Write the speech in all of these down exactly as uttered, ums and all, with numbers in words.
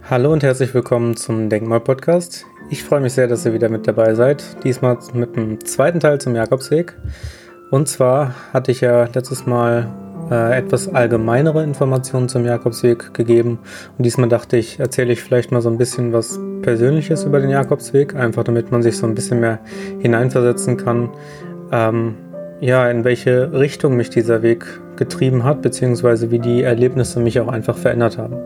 Hallo und herzlich willkommen zum Denkmal-Podcast. Ich freue mich sehr, dass ihr wieder mit dabei seid. Diesmal mit dem zweiten Teil zum Jakobsweg. Und zwar hatte ich ja letztes Mal äh, etwas allgemeinere Informationen zum Jakobsweg gegeben. Und diesmal dachte ich, erzähle ich vielleicht mal so ein bisschen was Persönliches über den Jakobsweg, einfach damit man sich so ein bisschen mehr hineinversetzen kann, ähm, ja, in welche Richtung mich dieser Weg getrieben hat, beziehungsweise wie die Erlebnisse mich auch einfach verändert haben.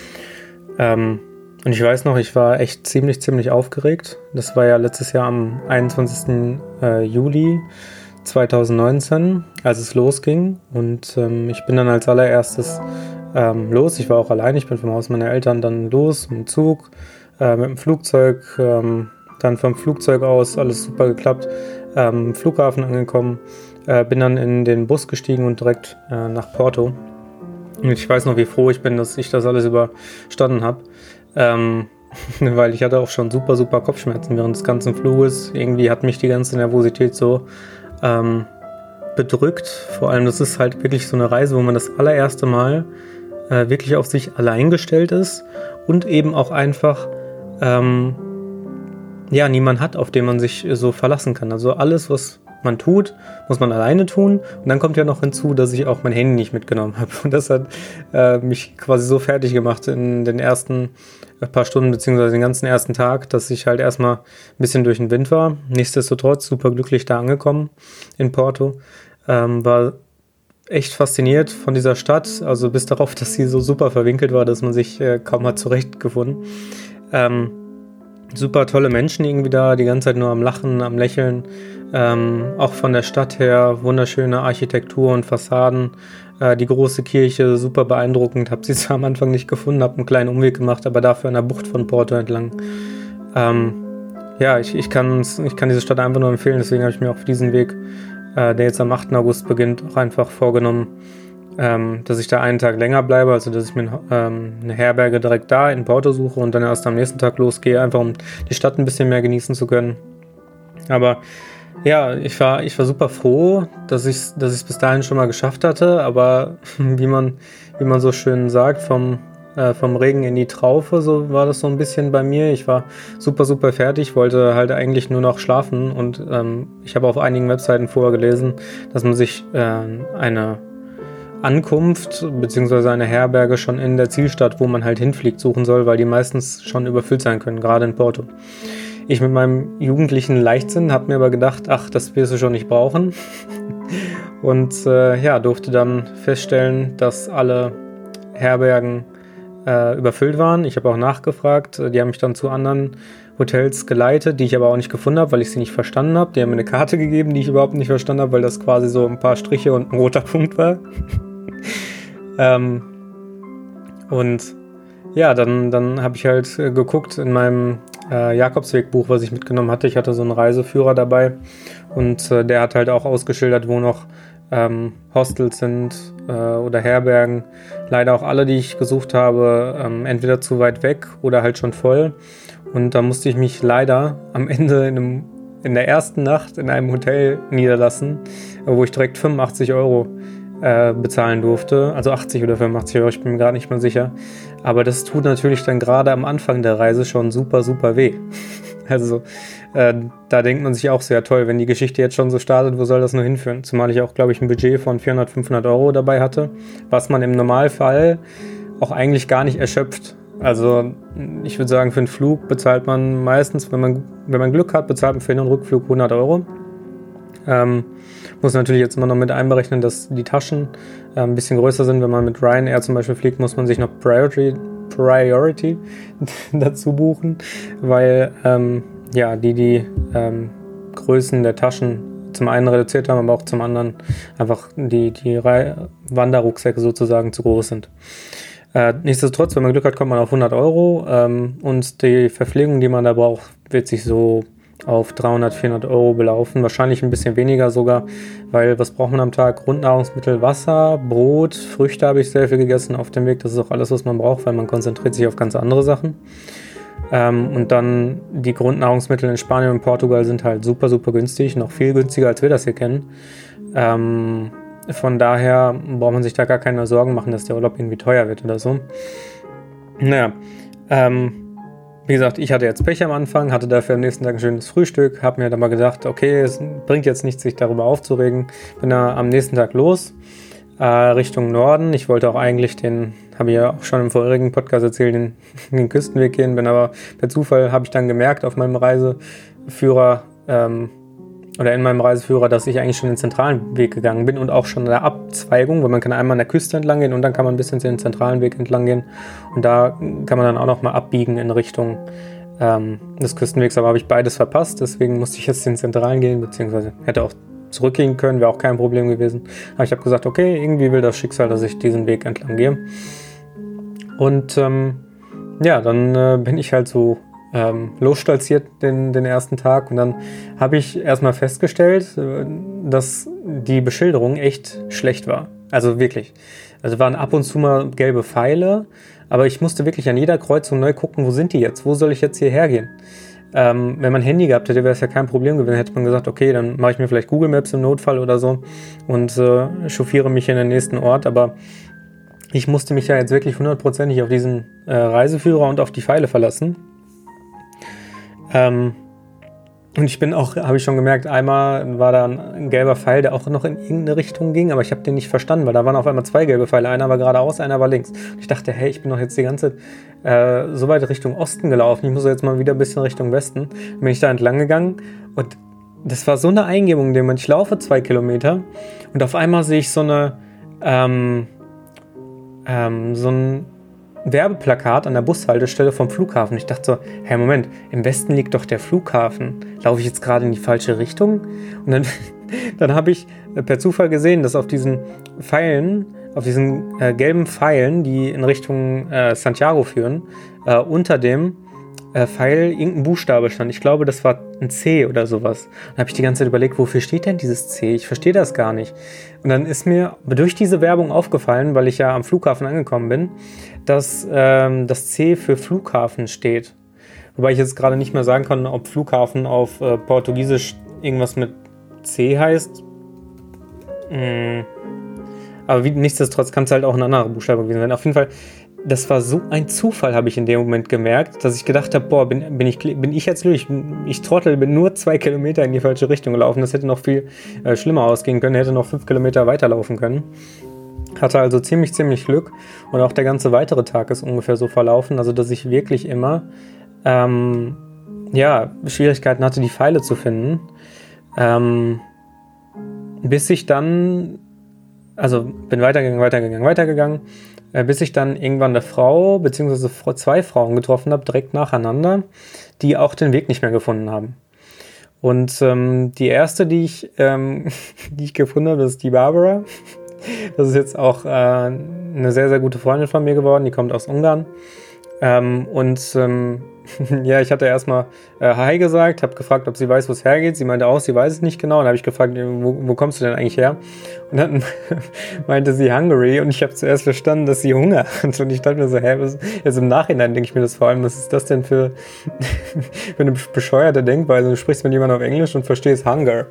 Ähm, und ich weiß noch, ich war echt ziemlich, ziemlich aufgeregt. Das war ja letztes Jahr am einundzwanzigsten Juli zweitausendneunzehn, als es losging. Und ähm, ich bin dann als allererstes ähm, los. Ich war auch allein, ich bin vom Haus meiner Eltern dann los, mit dem Zug, äh, mit dem Flugzeug. Ähm, dann vom Flugzeug aus, alles super geklappt. Ähm, Flughafen angekommen, äh, bin dann in den Bus gestiegen und direkt äh, nach Porto. Ich weiß noch, wie froh ich bin, dass ich das alles überstanden habe, ähm, weil ich hatte auch schon super, super Kopfschmerzen während des ganzen Fluges. Irgendwie hat mich die ganze Nervosität so ähm, bedrückt. Vor allem, das ist halt wirklich so eine Reise, wo man das allererste Mal äh, wirklich auf sich allein gestellt ist und eben auch einfach ähm, ja, niemand hat, auf den man sich so verlassen kann. Also alles, was man tut, muss man alleine tun. Und dann kommt ja noch hinzu, dass ich auch mein Handy nicht mitgenommen habe. Und das hat äh, mich quasi so fertig gemacht in den ersten paar Stunden, beziehungsweise den ganzen ersten Tag, dass ich halt erstmal ein bisschen durch den Wind war. Nichtsdestotrotz super glücklich da angekommen in Porto. Ähm, war echt fasziniert von dieser Stadt, also bis darauf, dass sie so super verwinkelt war, dass man sich äh, kaum hat zurechtgefunden. Ähm, super tolle Menschen irgendwie da, die ganze Zeit nur am Lachen, am Lächeln. Ähm, auch von der Stadt her wunderschöne Architektur und Fassaden. Äh, die große Kirche, super beeindruckend. Hab sie zwar am Anfang nicht gefunden, hab einen kleinen Umweg gemacht, aber dafür an der Bucht von Porto entlang. Ähm, ja, ich, ich, kann, ich kann diese Stadt einfach nur empfehlen, deswegen habe ich mir auch für diesen Weg, äh, der jetzt am achten August beginnt, auch einfach vorgenommen, ähm, dass ich da einen Tag länger bleibe, also dass ich mir ähm, eine Herberge direkt da in Porto suche und dann erst am nächsten Tag losgehe, einfach um die Stadt ein bisschen mehr genießen zu können. Aber ja, ich war, ich war super froh, dass ich es dass ich's bis dahin schon mal geschafft hatte, aber wie man, wie man so schön sagt, vom, äh, vom Regen in die Traufe, so war das so ein bisschen bei mir. Ich war super, super fertig, wollte halt eigentlich nur noch schlafen und ähm, ich habe auf einigen Webseiten vorher gelesen, dass man sich äh, eine Ankunft bzw. eine Herberge schon in der Zielstadt, wo man halt hinfliegt, suchen soll, weil die meistens schon überfüllt sein können, gerade in Porto. Ich mit meinem jugendlichen Leichtsinn habe mir aber gedacht, ach, das wirst du schon nicht brauchen. Und äh, ja, durfte dann feststellen, dass alle Herbergen äh, überfüllt waren. Ich habe auch nachgefragt, die haben mich dann zu anderen Hotels geleitet, die ich aber auch nicht gefunden habe, weil ich sie nicht verstanden habe. Die haben mir eine Karte gegeben, die ich überhaupt nicht verstanden habe, weil das quasi so ein paar Striche und ein roter Punkt war. ähm, und ja, dann, dann habe ich halt äh, geguckt in meinem äh, Jakobsweg-Buch, was ich mitgenommen hatte. Ich hatte so einen Reiseführer dabei und äh, der hat halt auch ausgeschildert, wo noch ähm, Hostels sind äh, oder Herbergen. Leider auch alle, die ich gesucht habe, ähm, entweder zu weit weg oder halt schon voll. Und da musste ich mich leider am Ende in, einem, in der ersten Nacht in einem Hotel niederlassen, wo ich direkt fünfundachtzig Euro äh, bezahlen durfte. Also achtzig oder fünfundachtzig Euro, ich bin mir gerade nicht mehr sicher. Aber das tut natürlich dann gerade am Anfang der Reise schon super, super weh. Also äh, da denkt man sich auch sehr toll, wenn die Geschichte jetzt schon so startet, wo soll das nur hinführen? Zumal ich auch, glaube ich, ein Budget von vierhundert, fünfhundert Euro dabei hatte, was man im Normalfall auch eigentlich gar nicht erschöpft. Also ich würde sagen, für einen Flug bezahlt man meistens, wenn man, wenn man Glück hat, bezahlt man für Hin- und Rückflug hundert Euro. Ähm, muss natürlich jetzt immer noch mit einberechnen, dass die Taschen äh, ein bisschen größer sind. Wenn man mit Ryanair zum Beispiel fliegt, muss man sich noch Priority, Priority dazu buchen, weil ähm, ja, die die ähm, Größen der Taschen zum einen reduziert haben, aber auch zum anderen einfach die, die Re- Wanderrucksäcke sozusagen zu groß sind. Äh, nichtsdestotrotz, wenn man Glück hat, kommt man auf hundert Euro ähm, und die Verpflegung, die man da braucht, wird sich so auf dreihundert, vierhundert Euro belaufen. Wahrscheinlich ein bisschen weniger sogar, weil was braucht man am Tag? Grundnahrungsmittel, Wasser, Brot, Früchte habe ich sehr viel gegessen auf dem Weg. Das ist auch alles, was man braucht, weil man konzentriert sich auf ganz andere Sachen. Ähm, und dann die Grundnahrungsmittel in Spanien und Portugal sind halt super, super günstig, noch viel günstiger, als wir das hier kennen. Ähm, Von daher braucht man sich da gar keine Sorgen machen, dass der Urlaub irgendwie teuer wird oder so. Naja, Ähm, wie gesagt, ich hatte jetzt Pech am Anfang, hatte dafür am nächsten Tag ein schönes Frühstück, habe mir dann mal gedacht, okay, es bringt jetzt nichts, sich darüber aufzuregen. Bin da am nächsten Tag los, äh, Richtung Norden. Ich wollte auch eigentlich den, habe ich ja auch schon im vorherigen Podcast erzählt, den, den Küstenweg gehen, bin aber per Zufall, habe ich dann gemerkt auf meinem Reiseführer, ähm, oder in meinem Reiseführer, dass ich eigentlich schon den zentralen Weg gegangen bin und auch schon an der Abzweigung, weil man kann einmal an der Küste entlang gehen und dann kann man ein bisschen den zentralen Weg entlang gehen und da kann man dann auch nochmal abbiegen in Richtung ähm, des Küstenwegs, aber habe ich beides verpasst, deswegen musste ich jetzt den zentralen gehen, beziehungsweise hätte auch zurückgehen können, wäre auch kein Problem gewesen, aber ich habe gesagt, okay, irgendwie will das Schicksal, dass ich diesen Weg entlang gehe und ähm, ja, dann äh, bin ich halt so Ähm, losstolziert den, den ersten Tag und dann habe ich erstmal festgestellt, dass die Beschilderung echt schlecht war. Also wirklich. Also waren ab und zu mal gelbe Pfeile, aber ich musste wirklich an jeder Kreuzung neu gucken, wo sind die jetzt? Wo soll ich jetzt hierher gehen? Ähm, wenn man ein Handy gehabt hätte, wäre es ja kein Problem gewesen. Hätte man gesagt, okay, dann mache ich mir vielleicht Google Maps im Notfall oder so und äh, chauffiere mich in den nächsten Ort, aber ich musste mich ja jetzt wirklich hundertprozentig auf diesen äh, Reiseführer und auf die Pfeile verlassen. Ähm, und ich bin auch, habe ich schon gemerkt, einmal war da ein gelber Pfeil, der auch noch in irgendeine Richtung ging, aber ich habe den nicht verstanden, weil da waren auf einmal zwei gelbe Pfeile, einer war geradeaus, einer war links. Und ich dachte, hey, ich bin doch jetzt die ganze Zeit äh, so weit Richtung Osten gelaufen, ich muss jetzt mal wieder ein bisschen Richtung Westen. Dann bin ich da entlang gegangen und das war so eine Eingebung in dem Moment. Ich laufe zwei Kilometer und auf einmal sehe ich so eine, ähm, ähm, so ein Werbeplakat an der Bushaltestelle vom Flughafen. Ich dachte so, hey, Moment, im Westen liegt doch der Flughafen. Laufe ich jetzt gerade in die falsche Richtung? Und dann, dann habe ich per Zufall gesehen, dass auf diesen Pfeilen, auf diesen äh, gelben Pfeilen, die in Richtung äh, Santiago führen, äh, unter dem äh, Pfeil irgendein Buchstabe stand. Ich glaube, das war ein C oder sowas. Dann habe ich die ganze Zeit überlegt, wofür steht denn dieses C? Ich verstehe das gar nicht. Und dann ist mir durch diese Werbung aufgefallen, weil ich ja am Flughafen angekommen bin, dass ähm, das C für Flughafen steht. Wobei ich jetzt gerade nicht mehr sagen kann, ob Flughafen auf äh, Portugiesisch irgendwas mit C heißt. Mm. Aber wie, nichtsdestotrotz kann es halt auch ein anderer Buchstabe gewesen sein. Auf jeden Fall, das war so ein Zufall, habe ich in dem Moment gemerkt, dass ich gedacht habe, boah, bin, bin, ich, bin ich jetzt durch? Ich, ich Trottel, bin nur zwei Kilometer in die falsche Richtung gelaufen. Das hätte noch viel äh, schlimmer ausgehen können, hätte noch fünf Kilometer weiterlaufen können. Hatte also ziemlich, ziemlich Glück und auch der ganze weitere Tag ist ungefähr so verlaufen, also dass ich wirklich immer ähm, ja, Schwierigkeiten hatte, die Pfeile zu finden, ähm, bis ich dann, also bin weitergegangen, weitergegangen, weitergegangen, äh, bis ich dann irgendwann eine Frau, beziehungsweise zwei Frauen getroffen habe, direkt nacheinander, die auch den Weg nicht mehr gefunden haben. Und ähm, die erste, die ich, ähm, die ich gefunden habe, das ist die Barbara. Das ist jetzt auch äh, eine sehr, sehr gute Freundin von mir geworden, die kommt aus Ungarn. Ähm, und ähm, ja, ich hatte erstmal äh, Hi gesagt, habe gefragt, ob sie weiß, wo es hergeht. Sie meinte auch, sie weiß es nicht genau. Und dann habe ich gefragt, wo, wo kommst du denn eigentlich her? Und dann meinte sie Hungary und ich habe zuerst verstanden, dass sie Hunger hat. Und ich dachte mir so, hä, was? Jetzt im Nachhinein denke ich mir das vor allem, was ist das denn für, für eine bescheuerte Denkweise? Du sprichst mit jemandem auf Englisch und verstehst Hunger.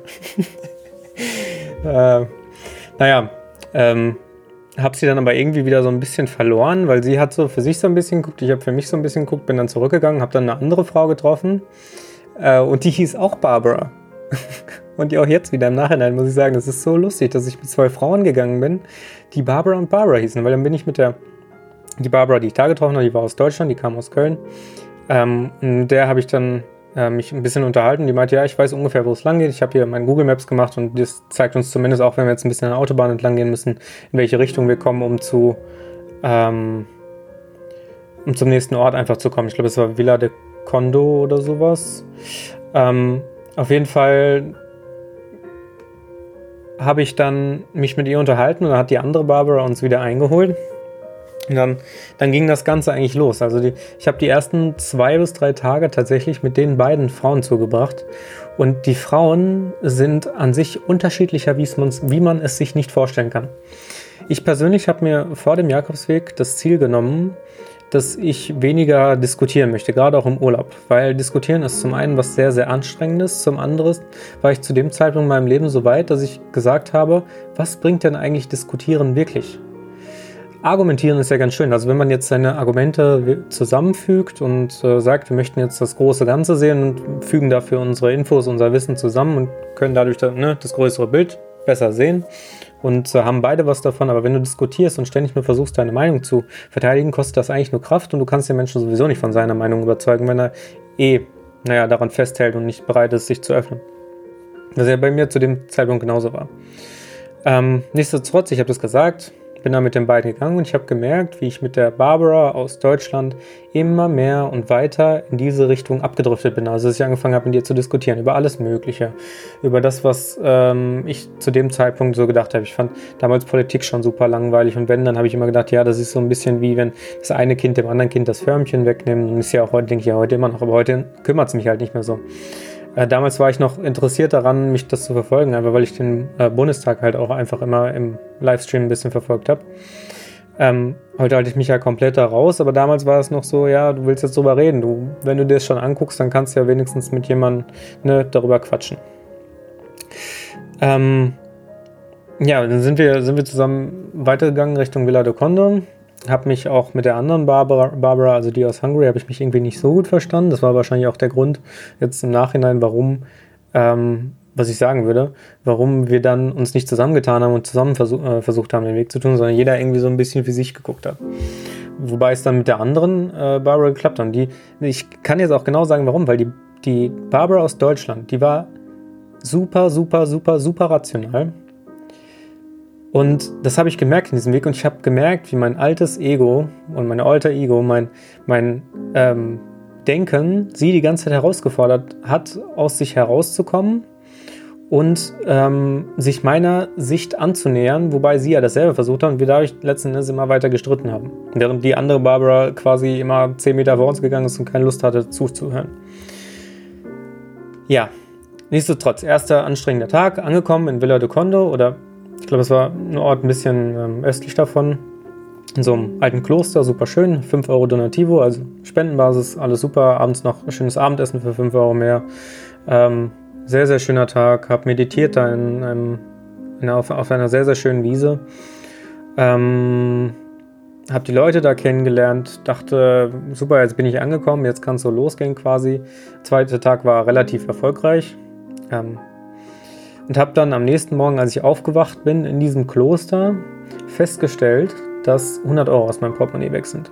äh, naja, ähm, habe sie dann aber irgendwie wieder so ein bisschen verloren, weil sie hat so für sich so ein bisschen geguckt, ich habe für mich so ein bisschen geguckt, bin dann zurückgegangen, habe dann eine andere Frau getroffen äh, und die hieß auch Barbara. Und die auch jetzt wieder im Nachhinein, muss ich sagen, das ist so lustig, dass ich mit zwei Frauen gegangen bin, die Barbara und Barbara hießen, weil dann bin ich mit der, die Barbara, die ich da getroffen habe, die war aus Deutschland, die kam aus Köln, ähm, und mit der habe ich dann äh, mich ein bisschen unterhalten, die meinte, ja, ich weiß ungefähr, wo es lang geht, ich habe hier mein Google Maps gemacht und das zeigt uns zumindest auch, wenn wir jetzt ein bisschen an der Autobahn entlang gehen müssen, in welche Richtung wir kommen, um zu, ähm, um zum nächsten Ort einfach zu kommen. Ich glaube, es war Vila de Condo oder sowas. Ähm, auf jeden Fall habe ich dann mich mit ihr unterhalten und dann hat die andere Barbara uns wieder eingeholt. Und dann, dann ging das Ganze eigentlich los. Also die, ich habe die ersten zwei bis drei Tage tatsächlich mit den beiden Frauen zugebracht. Und die Frauen sind an sich unterschiedlicher, wie man es sich nicht vorstellen kann. Ich persönlich habe mir vor dem Jakobsweg das Ziel genommen, dass ich weniger diskutieren möchte, gerade auch im Urlaub. Weil diskutieren ist zum einen was sehr, sehr Anstrengendes. Zum anderen war ich zu dem Zeitpunkt in meinem Leben so weit, dass ich gesagt habe, was bringt denn eigentlich Diskutieren wirklich? argumentieren ist ja ganz schön. Also wenn man jetzt seine Argumente zusammenfügt und äh, sagt, wir möchten jetzt das große Ganze sehen und fügen dafür unsere Infos, unser Wissen zusammen und können dadurch dann, ne, das größere Bild besser sehen und äh, haben beide was davon. Aber wenn du diskutierst und ständig nur versuchst, deine Meinung zu verteidigen, kostet das eigentlich nur Kraft und du kannst den Menschen sowieso nicht von seiner Meinung überzeugen, wenn er eh, naja, daran festhält und nicht bereit ist, sich zu öffnen. Was ja bei mir zu dem Zeitpunkt genauso war. Ähm, nichtsdestotrotz, ich habe das gesagt, bin da mit den beiden gegangen und ich habe gemerkt, wie ich mit der Barbara aus Deutschland immer mehr und weiter in diese Richtung abgedriftet bin. Also, dass ich angefangen habe, mit ihr zu diskutieren über alles Mögliche, über das, was ähm, ich zu dem Zeitpunkt so gedacht habe. Ich fand damals Politik schon super langweilig und wenn, dann habe ich immer gedacht, ja, das ist so ein bisschen wie, wenn das eine Kind dem anderen Kind das Förmchen wegnimmt und ist ja auch heute, denke ich ja heute immer noch, aber heute kümmert es mich halt nicht mehr so. Äh, damals war ich noch interessiert daran, mich das zu verfolgen, einfach weil ich den äh, Bundestag halt auch einfach immer im Livestream ein bisschen verfolgt habe. Ähm, heute halte ich mich ja komplett da raus, aber damals war es noch so, ja, du willst jetzt drüber reden. Du, wenn du dir das schon anguckst, dann kannst du ja wenigstens mit jemandem, ne, darüber quatschen. Ähm, ja, dann sind wir, sind wir zusammen weitergegangen Richtung Villa do Conde. Habe mich auch mit der anderen Barbara, Barbara, also die aus Hungary, habe ich mich irgendwie nicht so gut verstanden. Das war wahrscheinlich auch der Grund jetzt im Nachhinein, warum, ähm, was ich sagen würde, warum wir dann uns nicht zusammengetan haben und zusammen versuch, äh, versucht haben, den Weg zu tun, sondern jeder irgendwie so ein bisschen für sich geguckt hat. Wobei es dann mit der anderen äh, Barbara geklappt hat. Und die, ich kann jetzt auch genau sagen, warum, weil die, die Barbara aus Deutschland, die war super, super, super, super rational. Und das habe ich gemerkt in diesem Weg und ich habe gemerkt, wie mein altes Ego und mein alter Ego, mein, mein ähm, Denken, sie die ganze Zeit herausgefordert hat, aus sich herauszukommen und ähm, sich meiner Sicht anzunähern, wobei sie ja dasselbe versucht hat und wir dadurch letzten Endes immer weiter gestritten haben. Während die andere Barbara quasi immer zehn Meter vor uns gegangen ist und keine Lust hatte, zuzuhören. Ja, nichtsdestotrotz, erster anstrengender Tag, angekommen in Villa do Conde oder ich glaube, es war ein Ort ein bisschen ähm, östlich davon, in so einem alten Kloster, super schön, fünf Euro Donativo, also Spendenbasis, alles super, abends noch ein schönes Abendessen für fünf Euro mehr. Ähm, sehr, sehr schöner Tag, habe meditiert da in einem, in, auf, auf einer sehr, sehr schönen Wiese. Ähm, habe die Leute da kennengelernt, dachte, super, jetzt bin ich angekommen, jetzt kann es so losgehen quasi. Der zweite Tag war relativ erfolgreich. Ähm, Und habe dann am nächsten Morgen, als ich aufgewacht bin, in diesem Kloster festgestellt, dass hundert Euro aus meinem Portemonnaie weg sind.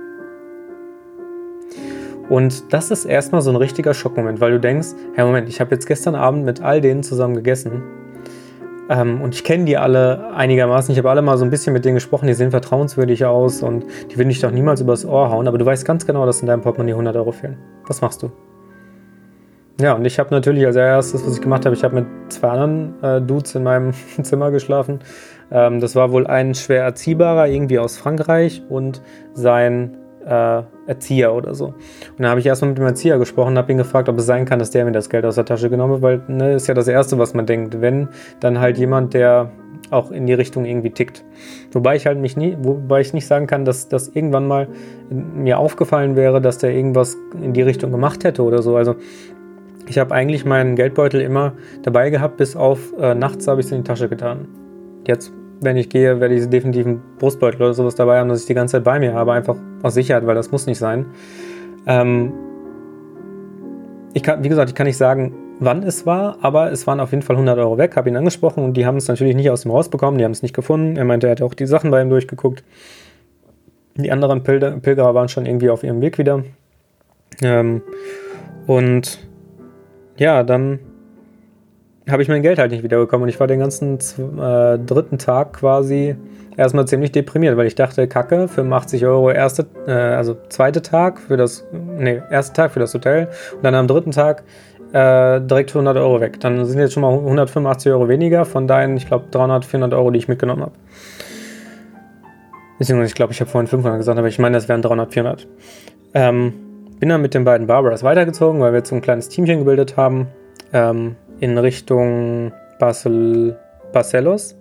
Und das ist erstmal so ein richtiger Schockmoment, weil du denkst, hey Moment, ich habe jetzt gestern Abend mit all denen zusammen gegessen ähm, und ich kenne die alle einigermaßen. Ich habe alle mal so ein bisschen mit denen gesprochen, die sehen vertrauenswürdig aus und die will ich doch niemals übers Ohr hauen, aber du weißt ganz genau, dass in deinem Portemonnaie hundert Euro fehlen. Was machst du? Ja, und ich habe natürlich als erstes, was ich gemacht habe, ich habe mit zwei anderen äh, Dudes in meinem Zimmer geschlafen. Ähm, das war wohl ein schwer Erziehbarer, irgendwie aus Frankreich und sein äh, Erzieher oder so. Und dann habe ich erstmal mit dem Erzieher gesprochen und habe ihn gefragt, ob es sein kann, dass der mir das Geld aus der Tasche genommen hat, weil ne, ist ja das Erste, was man denkt. Wenn, dann halt jemand, der auch in die Richtung irgendwie tickt. Wobei ich halt mich nie, wobei ich nicht sagen kann, dass das irgendwann mal mir aufgefallen wäre, dass der irgendwas in die Richtung gemacht hätte oder so. Also ich habe eigentlich meinen Geldbeutel immer dabei gehabt, bis auf äh, nachts habe ich es in die Tasche getan. Jetzt, wenn ich gehe, werde ich definitiv einen Brustbeutel oder sowas dabei haben, dass ich die ganze Zeit bei mir habe, einfach aus Sicherheit, weil das muss nicht sein. Ähm ich kann, wie gesagt, ich kann nicht sagen, wann es war, aber es waren auf jeden Fall hundert Euro weg, habe ihn angesprochen und die haben es natürlich nicht aus dem Haus bekommen, die haben es nicht gefunden. Er meinte, er hätte auch die Sachen bei ihm durchgeguckt. Die anderen Pilger, Pilgerer waren schon irgendwie auf ihrem Weg wieder. Ähm und ja, dann habe ich mein Geld halt nicht wiederbekommen und ich war den ganzen äh, dritten Tag quasi erstmal ziemlich deprimiert, weil ich dachte, Kacke, fünfundachtzig Euro erste, äh, also zweite Tag für das, nee, erste Tag für das Hotel und dann am dritten Tag äh, direkt hundert Euro weg. Dann sind jetzt schon mal hundertfünfundachtzig Euro weniger von deinen, ich glaube, dreihundert, vierhundert Euro, die ich mitgenommen habe. Beziehungsweise, ich glaube, ich habe vorhin fünfhundert gesagt, aber ich meine, das wären dreihundert, vierhundert. Ähm, bin dann mit den beiden Barbaras weitergezogen, weil wir jetzt so ein kleines Teamchen gebildet haben, ähm, in Richtung Barcel- Barcelos.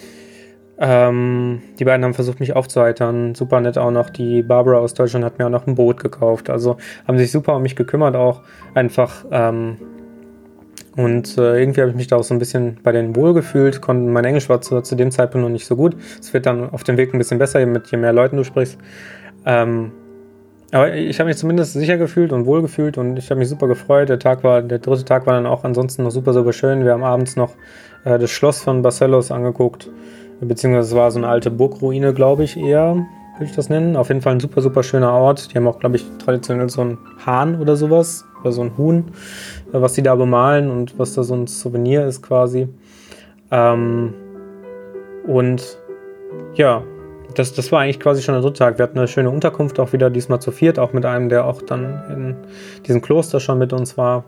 Ähm, die beiden haben versucht, mich aufzuheitern. Super nett auch noch. Die Barbara aus Deutschland hat mir auch noch ein Boot gekauft. Also haben sich super um mich gekümmert, auch einfach, ähm, Und äh, irgendwie habe ich mich da auch so ein bisschen bei denen wohlgefühlt. Konnte, mein Englisch war zu, zu dem Zeitpunkt noch nicht so gut. Es wird dann auf dem Weg ein bisschen besser, mit je mehr Leuten du sprichst. Ähm, aber ich habe mich zumindest sicher gefühlt und wohlgefühlt und ich habe mich super gefreut. Der Tag war, der dritte Tag war dann auch ansonsten noch super, super schön. Wir haben abends noch äh, das Schloss von Barcelos angeguckt, beziehungsweise es war so eine alte Burgruine, glaube ich, eher, würde ich das nennen. Auf jeden Fall ein super, super schöner Ort. Die haben auch, glaube ich, traditionell so einen Hahn oder sowas, oder so ein Huhn, äh, was die da bemalen und was da so ein Souvenir ist quasi. Ähm, und ja, Das, das war eigentlich quasi schon der dritte Tag. Wir hatten eine schöne Unterkunft auch wieder, diesmal zu viert, auch mit einem, der auch dann in diesem Kloster schon mit uns war.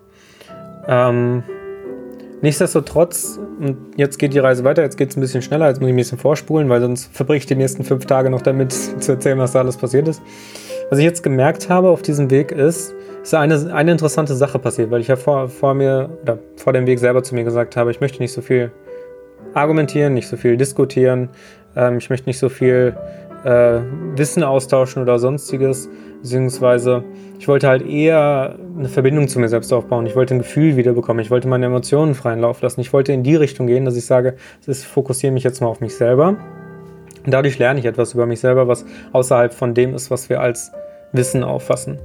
Ähm, nichtsdestotrotz, und jetzt geht die Reise weiter, jetzt geht es ein bisschen schneller, jetzt muss ich ein bisschen vorspulen, weil sonst verbringe ich die nächsten fünf Tage noch damit zu erzählen, was da alles passiert ist. Was ich jetzt gemerkt habe auf diesem Weg ist, ist eine, eine interessante Sache passiert, weil ich ja vor, vor mir, oder vor dem Weg selber zu mir gesagt habe, ich möchte nicht so viel argumentieren, nicht so viel diskutieren, ähm, ich möchte nicht so viel äh, Wissen austauschen oder sonstiges, beziehungsweise ich wollte halt eher eine Verbindung zu mir selbst aufbauen, ich wollte ein Gefühl wiederbekommen, ich wollte meine Emotionen freien Lauf lassen, ich wollte in die Richtung gehen, dass ich sage, ich fokussiere mich jetzt mal auf mich selber und dadurch lerne ich etwas über mich selber, was außerhalb von dem ist, was wir als Wissen auffassen.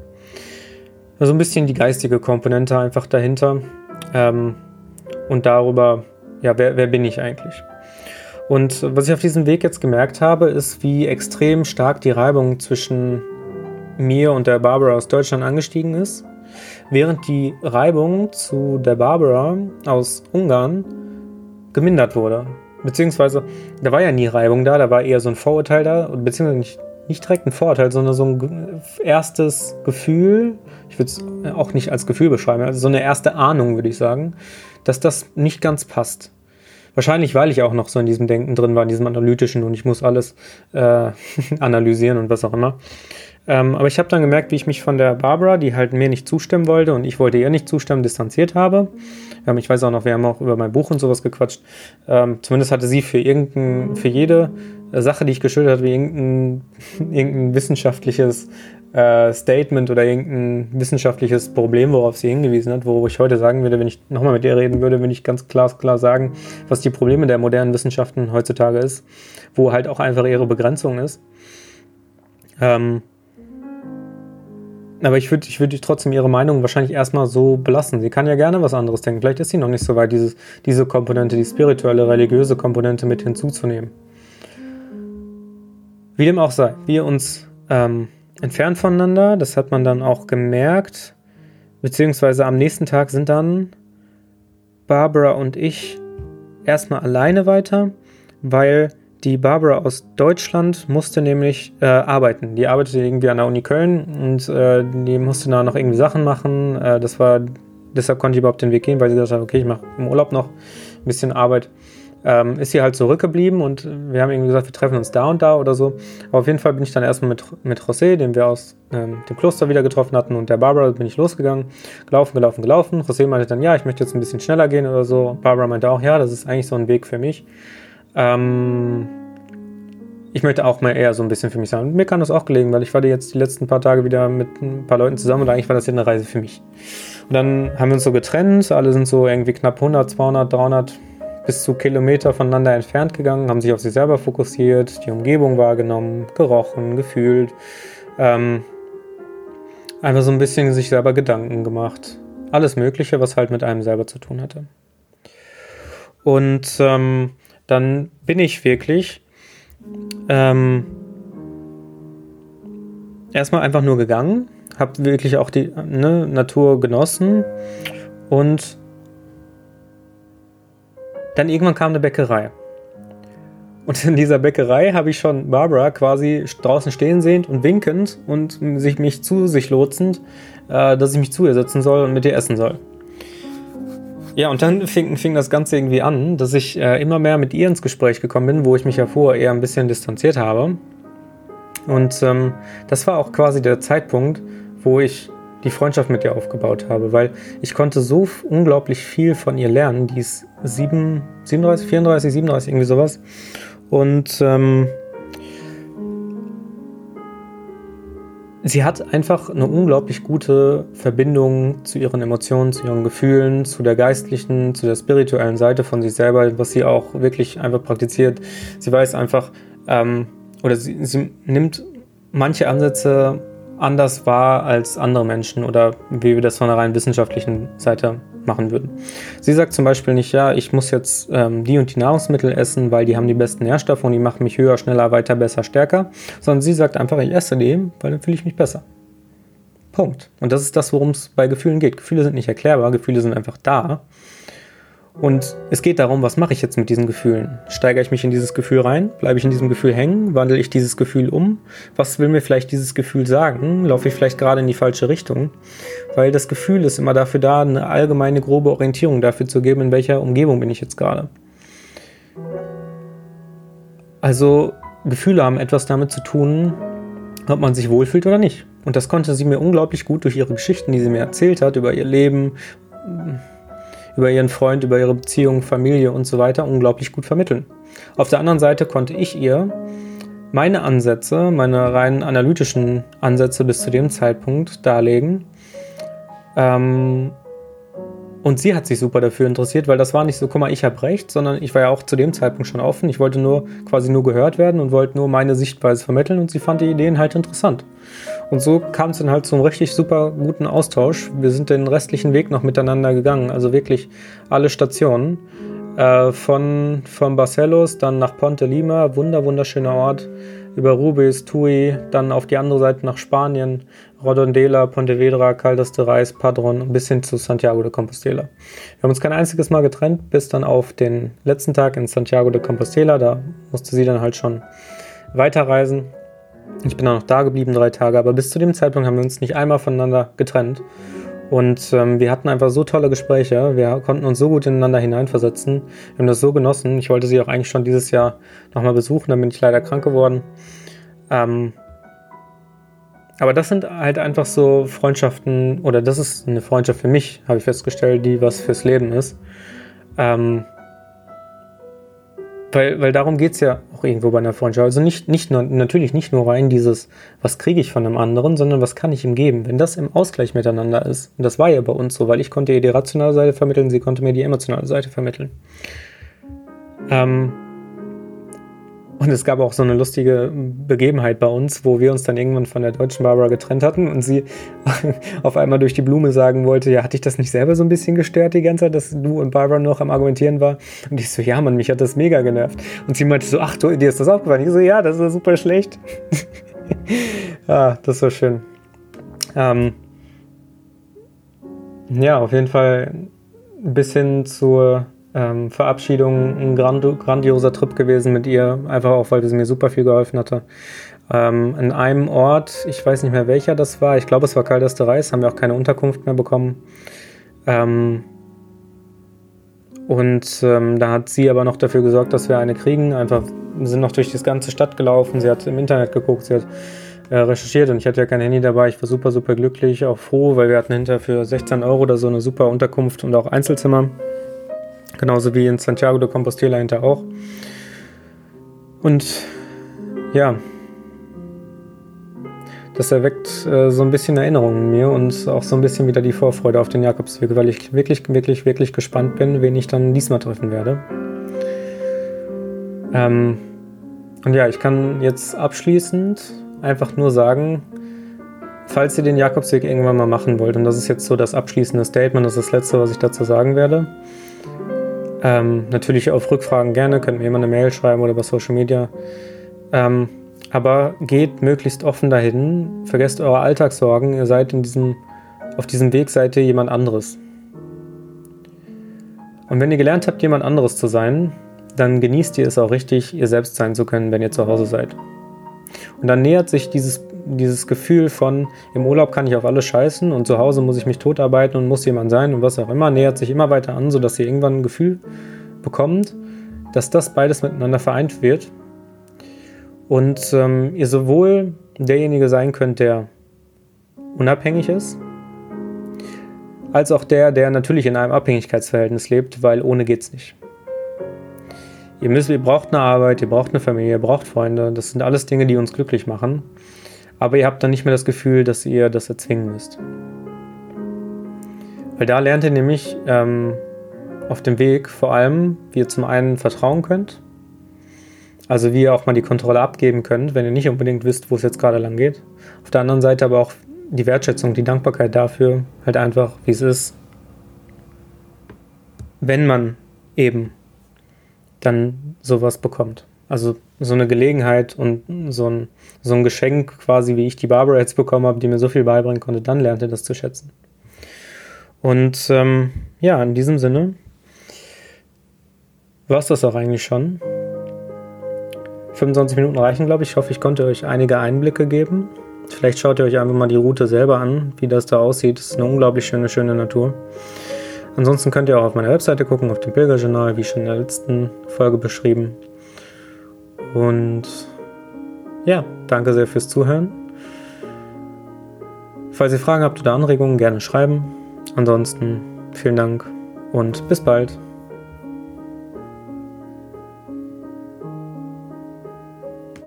Also ein bisschen die geistige Komponente einfach dahinter ähm, und darüber, ja, wer, wer bin ich eigentlich? Und was ich auf diesem Weg jetzt gemerkt habe, ist, wie extrem stark die Reibung zwischen mir und der Barbara aus Deutschland angestiegen ist, während die Reibung zu der Barbara aus Ungarn gemindert wurde. Beziehungsweise, da war ja nie Reibung da, da war eher so ein Vorurteil da, beziehungsweise nicht, nicht direkt ein Vorurteil, sondern so ein erstes Gefühl, ich würde es auch nicht als Gefühl beschreiben, also so eine erste Ahnung, würde ich sagen, dass das nicht ganz passt. Wahrscheinlich, weil ich auch noch so in diesem Denken drin war, in diesem Analytischen und ich muss alles äh, analysieren und was auch immer. Ähm, aber ich habe dann gemerkt, wie ich mich von der Barbara, die halt mir nicht zustimmen wollte und ich wollte ihr nicht zustimmen, distanziert habe. Ähm, ich weiß auch noch, wir haben auch über mein Buch und sowas gequatscht. Ähm, zumindest hatte sie für, irgendein, für jede Sache, die ich geschildert habe, wie irgendein, irgendein wissenschaftliches äh, Statement oder irgendein wissenschaftliches Problem, worauf sie hingewiesen hat, wo ich heute sagen würde, wenn ich nochmal mit ihr reden würde, würde ich ganz klar, klar sagen, was die Probleme der modernen Wissenschaften heutzutage ist, wo halt auch einfach ihre Begrenzung ist. Ähm, aber ich würde ich würd trotzdem ihre Meinung wahrscheinlich erstmal so belassen. Sie kann ja gerne was anderes denken. Vielleicht ist sie noch nicht so weit, dieses, diese Komponente, die spirituelle, religiöse Komponente mit hinzuzunehmen. Wie dem auch sei, wir uns ähm, entfernt voneinander, das hat man dann auch gemerkt, beziehungsweise am nächsten Tag sind dann Barbara und ich erstmal alleine weiter, weil die Barbara aus Deutschland musste nämlich äh, arbeiten. Die arbeitete irgendwie an der Uni Köln und äh, die musste da noch irgendwie Sachen machen. Äh, das war, deshalb konnte ich überhaupt den Weg gehen, weil sie gesagt hat, okay, ich mache im Urlaub noch ein bisschen Arbeit. Ähm, ist sie halt zurückgeblieben und wir haben irgendwie gesagt, wir treffen uns da und da oder so. Aber auf jeden Fall bin ich dann erstmal mit, mit José, den wir aus ähm, dem Kloster wieder getroffen hatten, und der Barbara bin ich losgegangen, gelaufen, gelaufen, gelaufen. José meinte dann, ja, ich möchte jetzt ein bisschen schneller gehen oder so. Barbara meinte auch, ja, das ist eigentlich so ein Weg für mich. Ähm, ich möchte auch mal eher so ein bisschen für mich sein. Und mir kann das auch gelegen, weil ich war jetzt die letzten paar Tage wieder mit ein paar Leuten zusammen und eigentlich war das jetzt eine Reise für mich. Und dann haben wir uns so getrennt, alle sind so irgendwie knapp hundert, zweihundert, dreihundert bis zu Kilometer voneinander entfernt gegangen, haben sich auf sich selber fokussiert, die Umgebung wahrgenommen, gerochen, gefühlt, ähm, einfach so ein bisschen sich selber Gedanken gemacht. Alles Mögliche, was halt mit einem selber zu tun hatte. Und ähm, dann bin ich wirklich ähm, erstmal einfach nur gegangen, habe wirklich auch die ne, Natur genossen und dann irgendwann kam eine Bäckerei. Und in dieser Bäckerei habe ich schon Barbara quasi draußen stehen sehen und winkend und sich mich zu sich lotsend, äh, dass ich mich zu ihr setzen soll und mit ihr essen soll. Ja, und dann fing, fing das Ganze irgendwie an, dass ich äh, immer mehr mit ihr ins Gespräch gekommen bin, wo ich mich ja vorher eher ein bisschen distanziert habe. Und ähm, das war auch quasi der Zeitpunkt, wo ich die Freundschaft mit ihr aufgebaut habe, weil ich konnte so f- unglaublich viel von ihr lernen. Die ist sieben, siebenunddreißig, vierunddreißig, siebenunddreißig, irgendwie sowas. Und ähm, sie hat einfach eine unglaublich gute Verbindung zu ihren Emotionen, zu ihren Gefühlen, zu der geistlichen, zu der spirituellen Seite von sich selber, was sie auch wirklich einfach praktiziert. Sie weiß einfach, ähm, oder sie, sie nimmt manche Ansätze anders wahr als andere Menschen oder wie wir das von einer rein wissenschaftlichen Seite machen würden. Sie sagt zum Beispiel nicht, ja, ich muss jetzt ähm, die und die Nahrungsmittel essen, weil die haben die besten Nährstoffe und die machen mich höher, schneller, weiter, besser, stärker, sondern sie sagt einfach, ich esse die, weil dann fühle ich mich besser. Punkt. Und das ist das, worum es bei Gefühlen geht. Gefühle sind nicht erklärbar, Gefühle sind einfach da. Und es geht darum, was mache ich jetzt mit diesen Gefühlen? Steigere ich mich in dieses Gefühl rein? Bleibe ich in diesem Gefühl hängen? Wandle ich dieses Gefühl um? Was will mir vielleicht dieses Gefühl sagen? Laufe ich vielleicht gerade in die falsche Richtung? Weil das Gefühl ist immer dafür da, eine allgemeine, grobe Orientierung dafür zu geben, in welcher Umgebung bin ich jetzt gerade. Also Gefühle haben etwas damit zu tun, ob man sich wohlfühlt oder nicht. Und das konnte sie mir unglaublich gut durch ihre Geschichten, die sie mir erzählt hat, über ihr Leben, über ihren Freund, über ihre Beziehung, Familie und so weiter unglaublich gut vermitteln. Auf der anderen Seite konnte ich ihr meine Ansätze, meine rein analytischen Ansätze bis zu dem Zeitpunkt darlegen. Ähm, und sie hat sich super dafür interessiert, weil das war nicht so, guck mal, ich habe recht, sondern ich war ja auch zu dem Zeitpunkt schon offen. Ich wollte nur quasi nur gehört werden und wollte nur meine Sichtweise vermitteln und sie fand die Ideen halt interessant. Und so kam es dann halt zum richtig super guten Austausch. Wir sind den restlichen Weg noch miteinander gegangen, also wirklich alle Stationen. Äh, von, von Barcelos dann nach Ponte Lima, wunder wunderschöner Ort, über Rubis, Tui, dann auf die andere Seite nach Spanien, Redondela, Pontevedra, Caldas de Reis, Padrón, bis hin zu Santiago de Compostela. Wir haben uns kein einziges Mal getrennt, bis dann auf den letzten Tag in Santiago de Compostela, da musste sie dann halt schon weiterreisen. Ich bin dann noch da geblieben, drei Tage, aber bis zu dem Zeitpunkt haben wir uns nicht einmal voneinander getrennt. Und ähm, wir hatten einfach so tolle Gespräche, wir konnten uns so gut ineinander hineinversetzen, wir haben das so genossen. Ich wollte sie auch eigentlich schon dieses Jahr nochmal besuchen, dann bin ich leider krank geworden. Ähm, aber das sind halt einfach so Freundschaften, oder das ist eine Freundschaft für mich, habe ich festgestellt, die was fürs Leben ist. Ähm, Weil, weil darum geht es ja auch irgendwo bei einer Freundschaft. Also nicht, nicht nur, natürlich nicht nur rein dieses, was kriege ich von einem anderen, sondern was kann ich ihm geben. Wenn das im Ausgleich miteinander ist, und das war ja bei uns so, weil ich konnte ihr die rationale Seite vermitteln, sie konnte mir die emotionale Seite vermitteln. Ähm, und es gab auch so eine lustige Begebenheit bei uns, wo wir uns dann irgendwann von der deutschen Barbara getrennt hatten und sie auf einmal durch die Blume sagen wollte, ja, hat dich das nicht selber so ein bisschen gestört die ganze Zeit, dass du und Barbara noch am Argumentieren war? Und ich so, ja, Mann, mich hat das mega genervt. Und sie meinte so, ach, du, dir ist das aufgefallen? Ich so, ja, das ist super schlecht. Ah, das war schön. Ähm, ja, auf jeden Fall bis hin zur Ähm, Verabschiedung, ein grand- grandioser Trip gewesen mit ihr, einfach auch, weil sie mir super viel geholfen hatte. Ähm, in einem Ort, ich weiß nicht mehr welcher das war, ich glaube es war Caldas de Reis, haben wir auch keine Unterkunft mehr bekommen. Ähm, und ähm, da hat sie aber noch dafür gesorgt, dass wir eine kriegen, einfach, wir sind noch durch die ganze Stadt gelaufen, sie hat im Internet geguckt, sie hat äh, recherchiert und ich hatte ja kein Handy dabei, ich war super, super glücklich, auch froh, weil wir hatten hinterher für sechzehn Euro oder so eine super Unterkunft und auch Einzelzimmer. Genauso wie in Santiago de Compostela hinter auch. Und ja, das erweckt äh, so ein bisschen Erinnerungen in mir und auch so ein bisschen wieder die Vorfreude auf den Jakobsweg, weil ich wirklich, wirklich, wirklich gespannt bin, wen ich dann diesmal treffen werde. Ähm, und ja, ich kann jetzt abschließend einfach nur sagen, falls ihr den Jakobsweg irgendwann mal machen wollt, und das ist jetzt so das abschließende Statement, das ist das Letzte, was ich dazu sagen werde, Ähm, natürlich auf Rückfragen gerne, könnt mir immer eine Mail schreiben oder über Social Media. Ähm, aber geht möglichst offen dahin, vergesst eure Alltagssorgen, ihr seid in diesem, auf diesem Weg seid ihr jemand anderes. Und wenn ihr gelernt habt, jemand anderes zu sein, dann genießt ihr es auch richtig, ihr selbst sein zu können, wenn ihr zu Hause seid. Und dann nähert sich dieses, dieses Gefühl von, im Urlaub kann ich auf alles scheißen und zu Hause muss ich mich totarbeiten und muss jemand sein und was auch immer, nähert sich immer weiter an, sodass ihr irgendwann ein Gefühl bekommt, dass das beides miteinander vereint wird und ähm, ihr sowohl derjenige sein könnt, der unabhängig ist, als auch der, der natürlich in einem Abhängigkeitsverhältnis lebt, weil ohne geht's nicht. Ihr müsst, ihr braucht eine Arbeit, ihr braucht eine Familie, ihr braucht Freunde. Das sind alles Dinge, die uns glücklich machen. aber ihr habt dann nicht mehr das Gefühl, dass ihr das erzwingen müsst. Weil da lernt ihr nämlich ähm, auf dem Weg vor allem, wie ihr zum einen vertrauen könnt, also wie ihr auch mal die Kontrolle abgeben könnt, wenn ihr nicht unbedingt wisst, wo es jetzt gerade lang geht. Auf der anderen Seite aber auch die Wertschätzung, die Dankbarkeit dafür, halt einfach, wie es ist, wenn man eben dann sowas bekommt. Also so eine Gelegenheit und so ein, so ein Geschenk quasi, wie ich die Barbara jetzt bekommen habe, die mir so viel beibringen konnte, dann lernt ihr das zu schätzen. Und ähm, ja, in diesem Sinne war es das auch eigentlich schon. fünfundzwanzig Minuten reichen, glaube ich. Ich hoffe, ich konnte euch einige Einblicke geben. Vielleicht schaut ihr euch einfach mal die Route selber an, wie das da aussieht. Es ist eine unglaublich schöne, schöne Natur. Ansonsten könnt ihr auch auf meiner Webseite gucken, auf dem Pilgerjournal, wie schon in der letzten Folge beschrieben. Und ja, danke sehr fürs Zuhören. Falls ihr Fragen habt oder Anregungen, gerne schreiben. Ansonsten vielen Dank und bis bald.